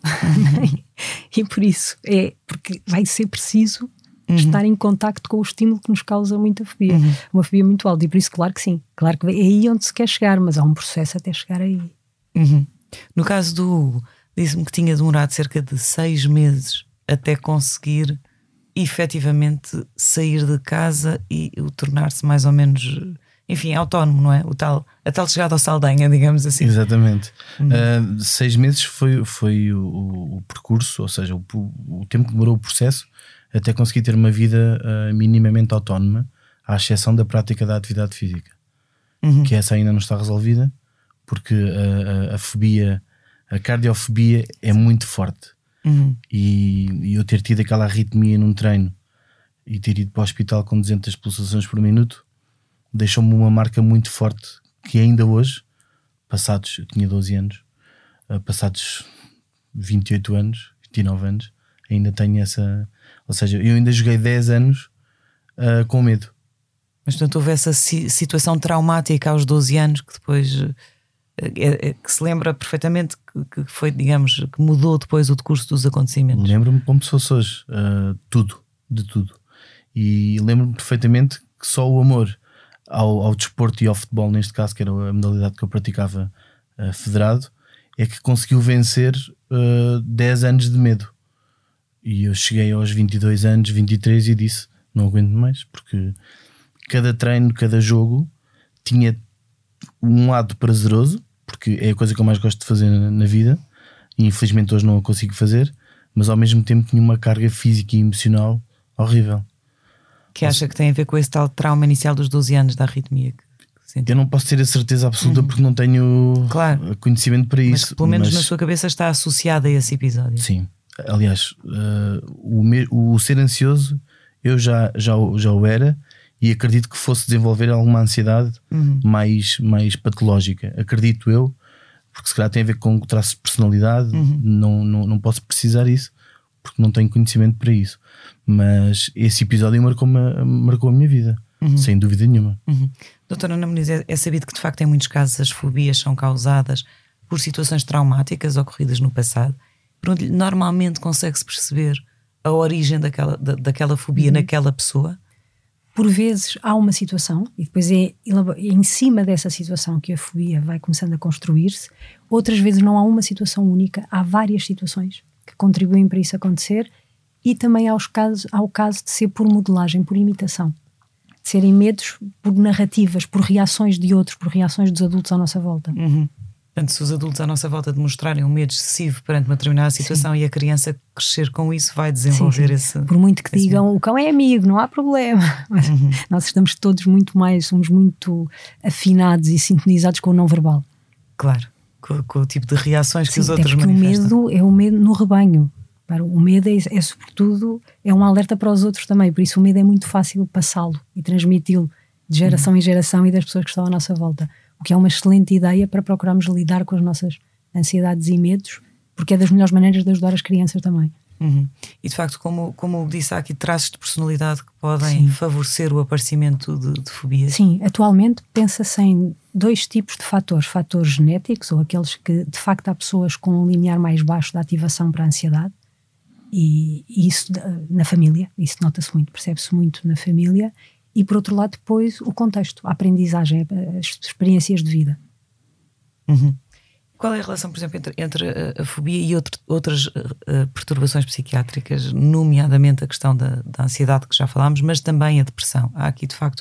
e por isso porque vai ser preciso estar em contacto com o estímulo que nos causa muita fobia, uma fobia muito alta, e por isso claro que sim, claro que é aí onde se quer chegar, mas há um processo até chegar aí. No caso do Hugo, disse-me que tinha demorado cerca de 6 meses até conseguir efetivamente sair de casa e o tornar-se mais ou menos, enfim, autónomo, não é? A tal chegada ao Saldanha, digamos assim. Exatamente. 6 meses foi o percurso, ou seja, o tempo que demorou o processo até conseguir ter uma vida minimamente autónoma, à exceção da prática da atividade física, que essa ainda não está resolvida, porque a fobia, a cardiofobia é muito forte. E eu ter tido aquela arritmia num treino e ter ido para o hospital com 200 pulsações por minuto deixou-me uma marca muito forte, que ainda hoje, eu tinha 12 anos, passados 28 anos, 29 anos, ainda tenho essa. Ou seja, eu ainda joguei 10 anos com medo. Mas portanto houve essa situação traumática aos 12 anos que depois que se lembra perfeitamente que foi, digamos, que mudou depois o decurso dos acontecimentos. Lembro-me como se fosse hoje, de tudo. E lembro-me perfeitamente que só o amor ao desporto e ao futebol, neste caso, que era a modalidade que eu praticava federado, é que conseguiu vencer 10 anos de medo. E eu cheguei aos 22 anos, 23 e disse, não aguento mais, porque cada treino, cada jogo tinha um lado prazeroso, porque é a coisa que eu mais gosto de fazer na vida, e infelizmente hoje não a consigo fazer, mas ao mesmo tempo tinha uma carga física e emocional horrível. Que acha que tem a ver com esse tal trauma inicial dos 12 anos da arritmia? Eu não posso ter a certeza absoluta porque não tenho conhecimento para isso. Mas pelo menos na sua cabeça está associada a esse episódio. Sim, aliás, o ser ansioso eu já o era, e acredito que fosse desenvolver alguma ansiedade mais patológica. Acredito eu, porque se calhar tem a ver com traços de personalidade. Não posso precisar isso porque não tenho conhecimento para isso. Mas esse episódio marcou a minha vida, sem dúvida nenhuma. Doutora Ana Muniz, é sabido que de facto em muitos casos as fobias são causadas por situações traumáticas ocorridas no passado, por onde normalmente consegue-se perceber a origem daquela fobia naquela pessoa. Por vezes há uma situação e depois é em cima dessa situação que a fobia vai começando a construir-se. Outras vezes não há uma situação única, há várias situações que contribuem para isso acontecer, e também há o caso de ser por modelagem, por imitação, de serem medos por narrativas, por reações de outros, por reações dos adultos à nossa volta. Portanto, se os adultos à nossa volta demonstrarem um medo excessivo perante uma determinada situação, e a criança crescer com isso, vai desenvolver esse... Por muito que digam, o cão é amigo, não há problema. Mas nós estamos todos somos muito afinados e sintonizados com o não verbal. Claro, com o tipo de reações que os outros manifestam. O medo é o medo no rebanho. O medo é sobretudo, é um alerta para os outros também, por isso o medo é muito fácil passá-lo e transmiti-lo de geração em geração e das pessoas que estão à nossa volta. O que é uma excelente ideia para procurarmos lidar com as nossas ansiedades e medos, porque é das melhores maneiras de ajudar as crianças também. E de facto, como disse, há aqui traços de personalidade que podem favorecer o aparecimento de fobias. Sim, atualmente pensa-se em 2 tipos de fatores genéticos, ou aqueles que de facto há pessoas com um limiar mais baixo da ativação para a ansiedade, e isso na família, isso nota-se muito, percebe-se muito na família. E por outro lado depois o contexto, a aprendizagem, as experiências de vida. Qual é a relação, por exemplo, entre a fobia e outras perturbações psiquiátricas, nomeadamente a questão da ansiedade que já falámos, mas também a depressão? Há aqui de facto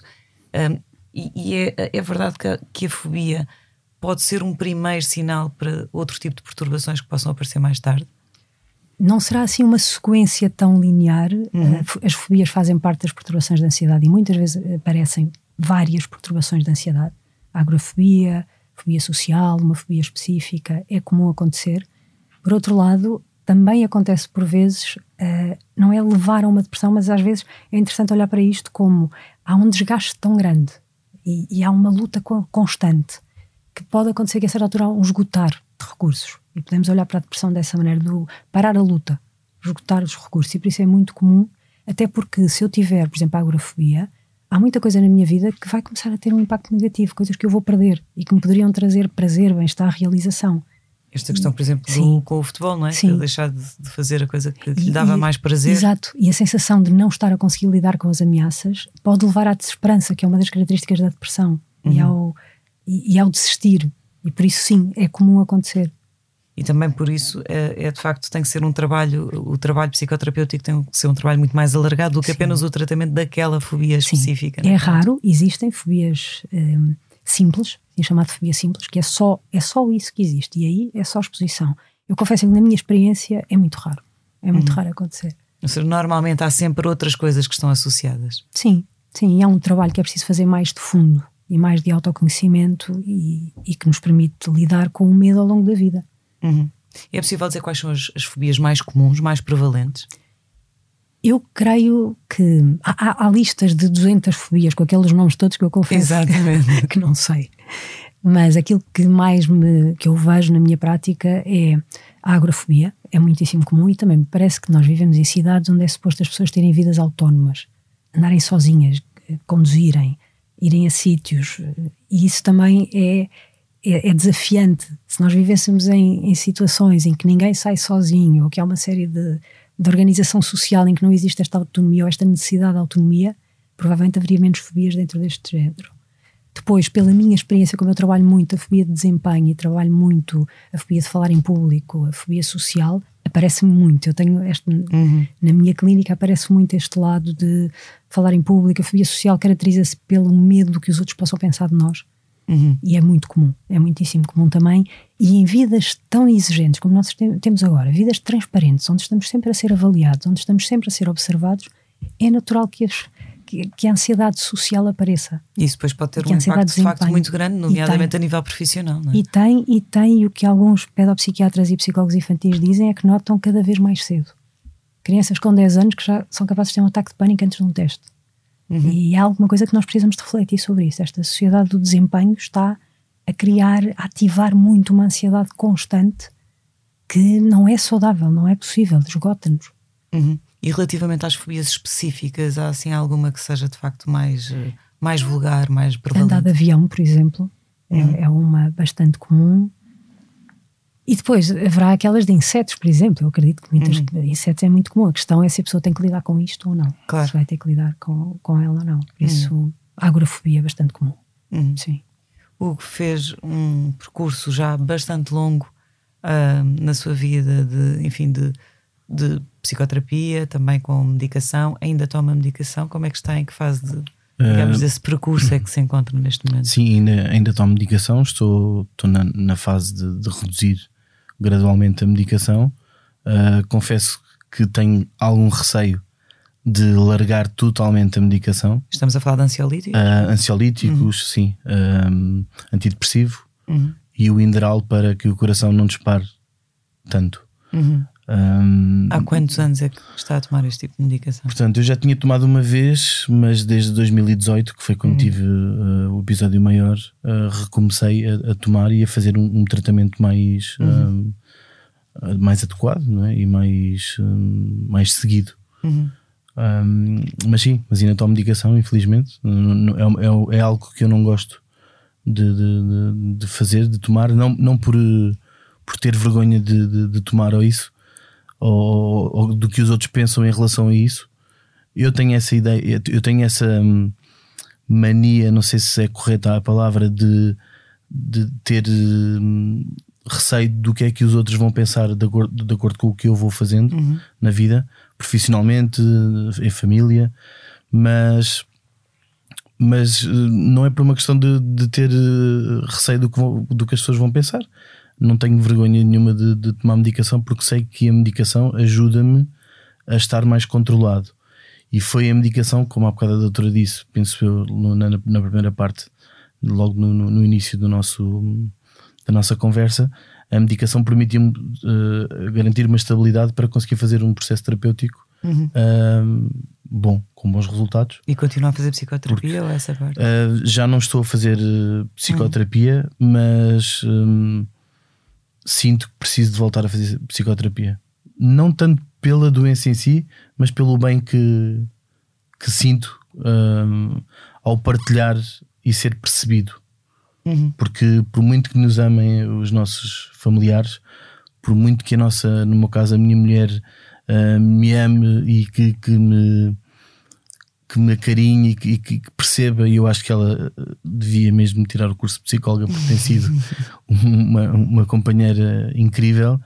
é verdade que a fobia pode ser um primeiro sinal para outro tipo de perturbações que possam aparecer mais tarde? Não será assim uma sequência tão linear. As fobias fazem parte das perturbações de ansiedade e muitas vezes aparecem várias perturbações de ansiedade. A agorafobia, fobia social, uma fobia específica, é comum acontecer. Por outro lado, também acontece por vezes, não é levar a uma depressão, mas às vezes é interessante olhar para isto como há um desgaste tão grande e há uma luta constante, que pode acontecer que a certa altura há um esgotar de recursos. E podemos olhar para a depressão dessa maneira, do parar a luta, esgotar os recursos. E por isso é muito comum, até porque se eu tiver, por exemplo, a agorafobia, há muita coisa na minha vida que vai começar a ter um impacto negativo, coisas que eu vou perder e que me poderiam trazer prazer, bem-estar, realização. Esta questão, por exemplo, com o futebol, não é? Sim. Deixar de fazer a coisa que lhe dava mais prazer. Exato, e a sensação de não estar a conseguir lidar com as ameaças pode levar à desesperança, que é uma das características da depressão, e ao desistir. E por isso sim, é comum acontecer. E também por isso de facto tem que ser o trabalho psicoterapêutico tem que ser um trabalho muito mais alargado do que apenas o tratamento daquela fobia específica. É raro, existem fobias simples, chamado fobia simples, que é só isso que existe, e aí é só exposição. Eu confesso que na minha experiência é muito raro, raro acontecer. Ou seja, normalmente há sempre outras coisas que estão associadas. Sim, e é um trabalho que é preciso fazer mais de fundo e mais de autoconhecimento e que nos permite lidar com o medo ao longo da vida. É possível dizer quais são as fobias mais comuns, mais prevalentes? Eu creio que há listas de 200 fobias com aqueles nomes todos que eu confesso que não sei. Mas aquilo que mais que eu vejo na minha prática é A agorafobia é muitíssimo comum e também me parece que nós vivemos em cidades onde é suposto as pessoas terem vidas autónomas, andarem sozinhas, conduzirem, irem a sítios, e isso também é desafiante. Se nós vivêssemos em situações em que ninguém sai sozinho, ou que há uma série de organização social em que não existe esta autonomia ou esta necessidade de autonomia, provavelmente haveria menos fobias dentro deste género. Depois, pela minha experiência, como eu trabalho muito a fobia de desempenho e trabalho muito a fobia de falar em público, a fobia social, aparece-me muito. Eu tenho na minha clínica aparece muito este lado de falar em público. A fobia social caracteriza-se pelo medo que os outros possam pensar de nós. E é muito comum, é muitíssimo comum também. E em vidas tão exigentes como nós temos agora, vidas transparentes, onde estamos sempre a ser avaliados, onde estamos sempre a ser observados, é natural que a ansiedade social apareça. Isso depois pode ter um impacto de facto muito grande, nomeadamente a nível profissional, não é? E tem o que alguns pedopsiquiatras e psicólogos infantis dizem, é que notam cada vez mais cedo. Crianças com 10 anos que já são capazes de ter um ataque de pânico antes de um teste. E é alguma coisa que nós precisamos de refletir sobre isso. Esta sociedade do desempenho está a ativar muito uma ansiedade constante que não é saudável, não é possível, esgota-nos. E relativamente às fobias específicas, há assim alguma que seja de facto mais vulgar, mais prevalente? Andar de avião, por exemplo, é uma bastante comum. E depois haverá aquelas de insetos, por exemplo. Eu acredito que muitas insetos é muito comum. A questão é se a pessoa tem que lidar com isto ou não. Claro. Se vai ter que lidar com ela ou não. Por isso, a agorafobia é bastante comum. Sim. Hugo fez um percurso já bastante longo na sua vida de psicoterapia, também com medicação. Ainda toma medicação? Como é que está? Em que fase desse percurso é que se encontra neste momento? Sim, ainda tomo medicação. Estou na fase de reduzir gradualmente a medicação. Confesso que tenho algum receio de largar totalmente a medicação. Estamos a falar de ansiolíticos? Ansiolíticos, sim. Antidepressivo e o Inderal para que o coração não dispare tanto. Há quantos anos é que está a tomar este tipo de medicação? Portanto, eu já tinha tomado uma vez, mas desde 2018, que foi quando tive o episódio maior, recomecei a tomar e a fazer um tratamento mais adequado, não é? E mais seguido. Mas sim, mas ainda tomo medicação, infelizmente. É algo que eu não gosto de fazer, de tomar, não por ter vergonha de tomar ou isso, ou do que os outros pensam em relação a isso. Eu tenho essa ideia, eu tenho essa mania, não sei se é correta a palavra, de ter receio do que é que os outros vão pensar de acordo com o que eu vou fazendo na vida, profissionalmente, em família, mas não é por uma questão de ter receio do que as pessoas vão pensar. Não tenho vergonha nenhuma de tomar medicação, porque sei que a medicação ajuda-me a estar mais controlado. E foi a medicação, como há bocado a doutora disse, penso eu na primeira parte, logo no início da nossa conversa, a medicação permitiu-me garantir uma estabilidade para conseguir fazer um processo terapêutico bom, com bons resultados. E continua a fazer psicoterapia ou essa parte? Já não estou a fazer psicoterapia, mas sinto que preciso de voltar a fazer psicoterapia. Não tanto pela doença em si, mas pelo bem que sinto ao partilhar e ser percebido. Porque por muito que nos amem os nossos familiares, por muito que no meu caso a minha mulher me ame e que me acarinhe e que perceba, e eu acho que ela devia mesmo tirar o curso de psicóloga, porque tem sido uma companheira incrível.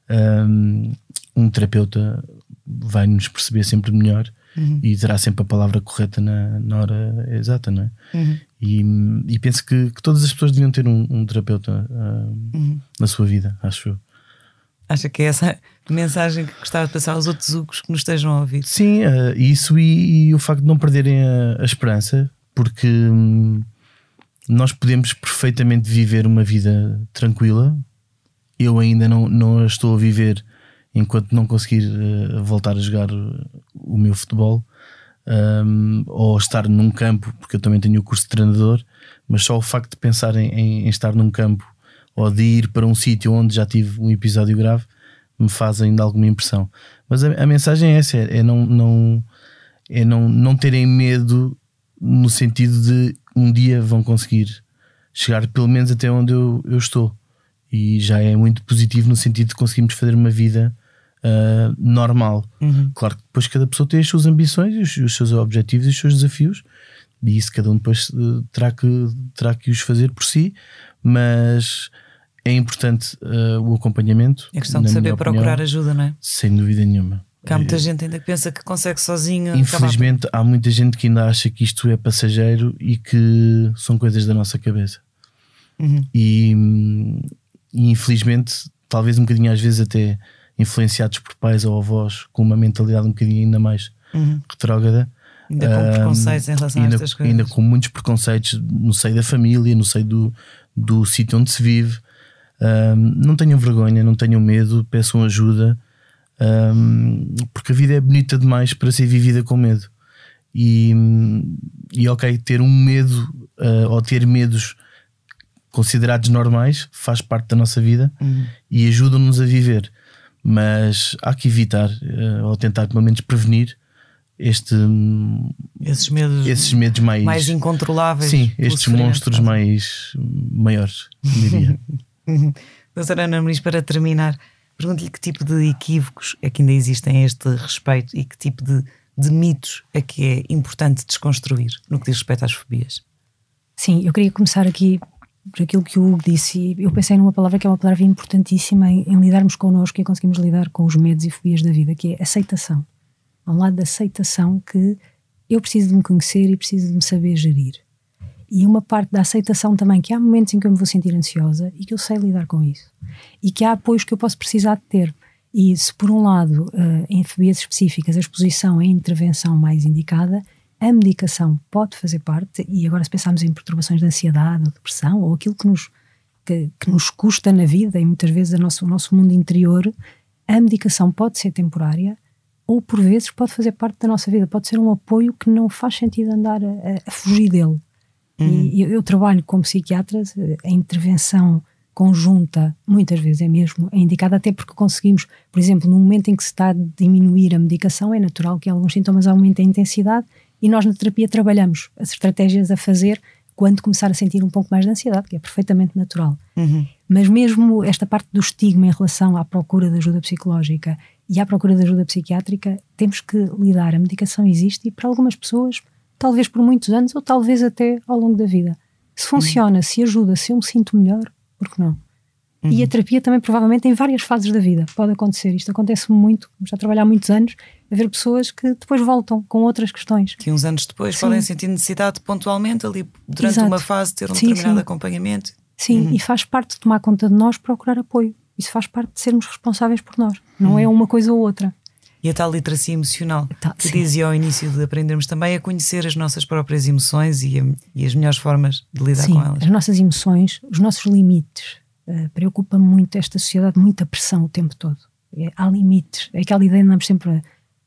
Um terapeuta vai nos perceber sempre melhor e terá sempre a palavra correta na hora exata, não é? E penso que todas as pessoas deviam ter um terapeuta na sua vida, acho eu. Acha que é essa mensagem que gostava de passar aos outros Hugos que nos estejam a ouvir? Sim, isso e o facto de não perderem a esperança, porque nós podemos perfeitamente viver uma vida tranquila. Eu ainda não a estou a viver enquanto não conseguir voltar a jogar o meu futebol, ou estar num campo, porque eu também tenho o curso de treinador, mas só o facto de pensar em estar num campo ou de ir para um sítio onde já tive um episódio grave me faz ainda alguma impressão. Mas a mensagem é essa: é não terem medo, no sentido de um dia vão conseguir chegar pelo menos até onde eu estou, e já é muito positivo no sentido de conseguirmos fazer uma vida normal. Claro que depois cada pessoa tem as suas ambições, os seus objetivos e os seus desafios, e isso cada um depois terá que os fazer por si, mas é importante o acompanhamento. É questão de saber procurar ajuda, não é? Sem dúvida nenhuma. Porque há muita gente ainda que pensa que consegue sozinho. Infelizmente há muita gente que ainda acha que isto é passageiro e que são coisas da nossa cabeça. E infelizmente, talvez um bocadinho às vezes até influenciados por pais ou avós com uma mentalidade um bocadinho ainda mais retrógrada, ainda com preconceitos em relação a estas coisas, ainda com muitos preconceitos no seio da família, no seio do sítio onde se vive. Não tenham vergonha, não tenham medo, peçam ajuda, porque a vida é bonita demais para ser vivida com medo. E ok, ter um medo ou ter medos considerados normais faz parte da nossa vida e ajudam-nos a viver, mas há que evitar ou tentar pelo menos prevenir esses medos mais incontroláveis. Sim, estes monstros maiores, diria. Doutora Ana Muniz, para terminar, pergunto-lhe que tipo de equívocos é que ainda existem a este respeito e que tipo de mitos é que é importante desconstruir no que diz respeito às fobias. Sim, eu queria começar aqui por aquilo que o Hugo disse. Eu pensei numa palavra que é uma palavra importantíssima em lidarmos connosco e conseguimos lidar com os medos e fobias da vida, que é aceitação. Há um lado da aceitação que eu preciso de me conhecer e preciso de me saber gerir. E uma parte da aceitação também, que há momentos em que eu me vou sentir ansiosa e que eu sei lidar com isso. E que há apoios que eu posso precisar de ter. E se por um lado, em fobias específicas, a exposição é a intervenção mais indicada, a medicação pode fazer parte. E agora, se pensarmos em perturbações de ansiedade ou depressão, ou aquilo que nos custa na vida, e muitas vezes o nosso mundo interior, a medicação pode ser temporária, ou por vezes pode fazer parte da nossa vida, pode ser um apoio que não faz sentido andar a fugir dele. E eu trabalho como psiquiatra, a intervenção conjunta muitas vezes é mesmo indicada, até porque conseguimos, por exemplo, no momento em que se está a diminuir a medicação, é natural que alguns sintomas aumentem a intensidade, e nós na terapia trabalhamos as estratégias a fazer quando começar a sentir um pouco mais de ansiedade, que é perfeitamente natural. Mas mesmo esta parte do estigma em relação à procura de ajuda psicológica e à procura de ajuda psiquiátrica, temos que lidar. A medicação existe e para algumas pessoas, talvez por muitos anos ou talvez até ao longo da vida. Se funciona, se ajuda, se eu me sinto melhor, por que não? E a terapia também provavelmente em várias fases da vida pode acontecer. Isto acontece muito, já trabalho há muitos anos, a ver pessoas que depois voltam com outras questões. Que uns anos depois podem sentir necessidade pontualmente ali durante uma fase ter um determinado acompanhamento. Sim, e faz parte de tomar conta de nós, procurar apoio. Isso faz parte de sermos responsáveis por nós. Não é uma coisa ou outra. E a tal literacia emocional que dizia ao início de aprendermos também a conhecer as nossas próprias emoções e as melhores formas de lidar com elas. As nossas emoções, os nossos limites. Preocupa-me muito esta sociedade, muita pressão o tempo todo. Há limites. É aquela ideia de andamos sempre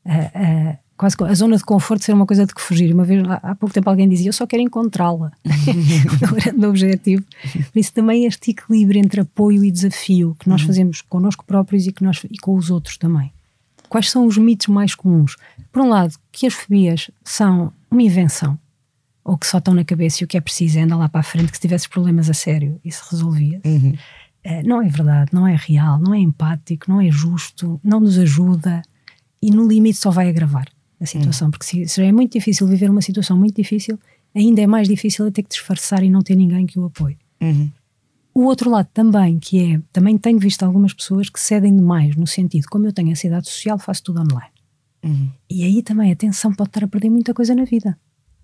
quase a zona de conforto ser uma coisa de que fugir. Uma vez, há pouco tempo alguém dizia, eu só quero encontrá-la. É o grande objetivo. Por isso também este equilíbrio entre apoio e desafio que nós fazemos connosco próprios e com os outros também. Quais são os mitos mais comuns? Por um lado, que as fobias são uma invenção, ou que só estão na cabeça e o que é preciso é andar lá para a frente, que se tivesses problemas a sério isso resolvia. Não é verdade, não é real, não é empático, não é justo, não nos ajuda e no limite só vai agravar a situação, porque se é muito difícil viver uma situação muito difícil, ainda é mais difícil ter que disfarçar e não ter ninguém que o apoie. O outro lado também, também tenho visto algumas pessoas que cedem demais, no sentido, como eu tenho ansiedade social, faço tudo online. E aí também a atenção pode estar a perder muita coisa na vida.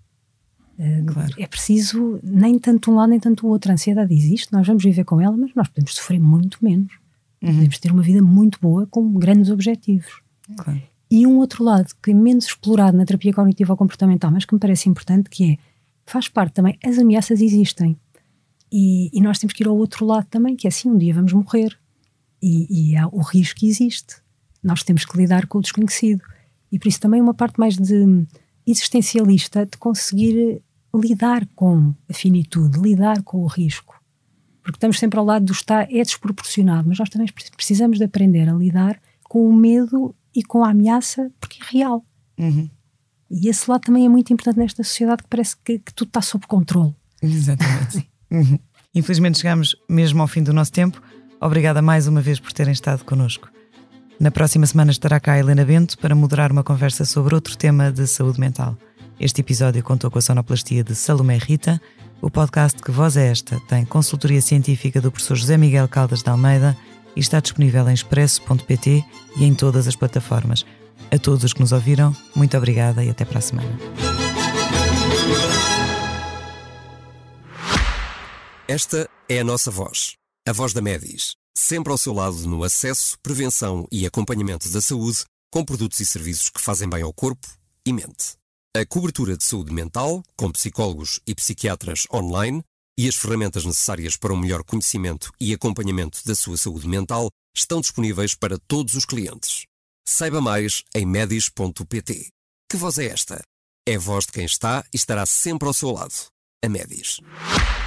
Claro. É preciso nem tanto um lado nem tanto o outro. A ansiedade existe, nós vamos viver com ela, mas nós podemos sofrer muito menos. Podemos ter uma vida muito boa com grandes objetivos. Claro. E um outro lado que é menos explorado na terapia cognitiva ou comportamental, mas que me parece importante, que faz parte também, as ameaças existem. E nós temos que ir ao outro lado também, que é assim, um dia vamos morrer. E o risco existe. Nós temos que lidar com o desconhecido. E por isso também uma parte mais existencialista de conseguir lidar com a finitude, lidar com o risco. porque estamos sempre ao lado do está, é desproporcionado, mas nós também precisamos de aprender a lidar com o medo e com a ameaça, porque é real. E esse lado também é muito importante nesta sociedade que parece que tudo está sob controle. Exatamente. Infelizmente chegamos mesmo ao fim do nosso tempo. Obrigada mais uma vez por terem estado connosco. Na próxima semana estará cá a Helena Bento para moderar uma conversa sobre outro tema de saúde mental. Este episódio contou com a sonoplastia de Salomé Rita. O podcast Que Voz é Esta tem consultoria científica do professor José Miguel Caldas de Almeida e está disponível em expresso.pt e em todas as plataformas. A todos os que nos ouviram, muito obrigada e até para a semana. Esta é a nossa voz, a voz da Medis, sempre ao seu lado no acesso, prevenção e acompanhamento da saúde, com produtos e serviços que fazem bem ao corpo e mente. A cobertura de saúde mental, com psicólogos e psiquiatras online, e as ferramentas necessárias para um melhor conhecimento e acompanhamento da sua saúde mental estão disponíveis para todos os clientes. Saiba mais em medis.pt. Que voz é esta? É a voz de quem está e estará sempre ao seu lado. A Medis.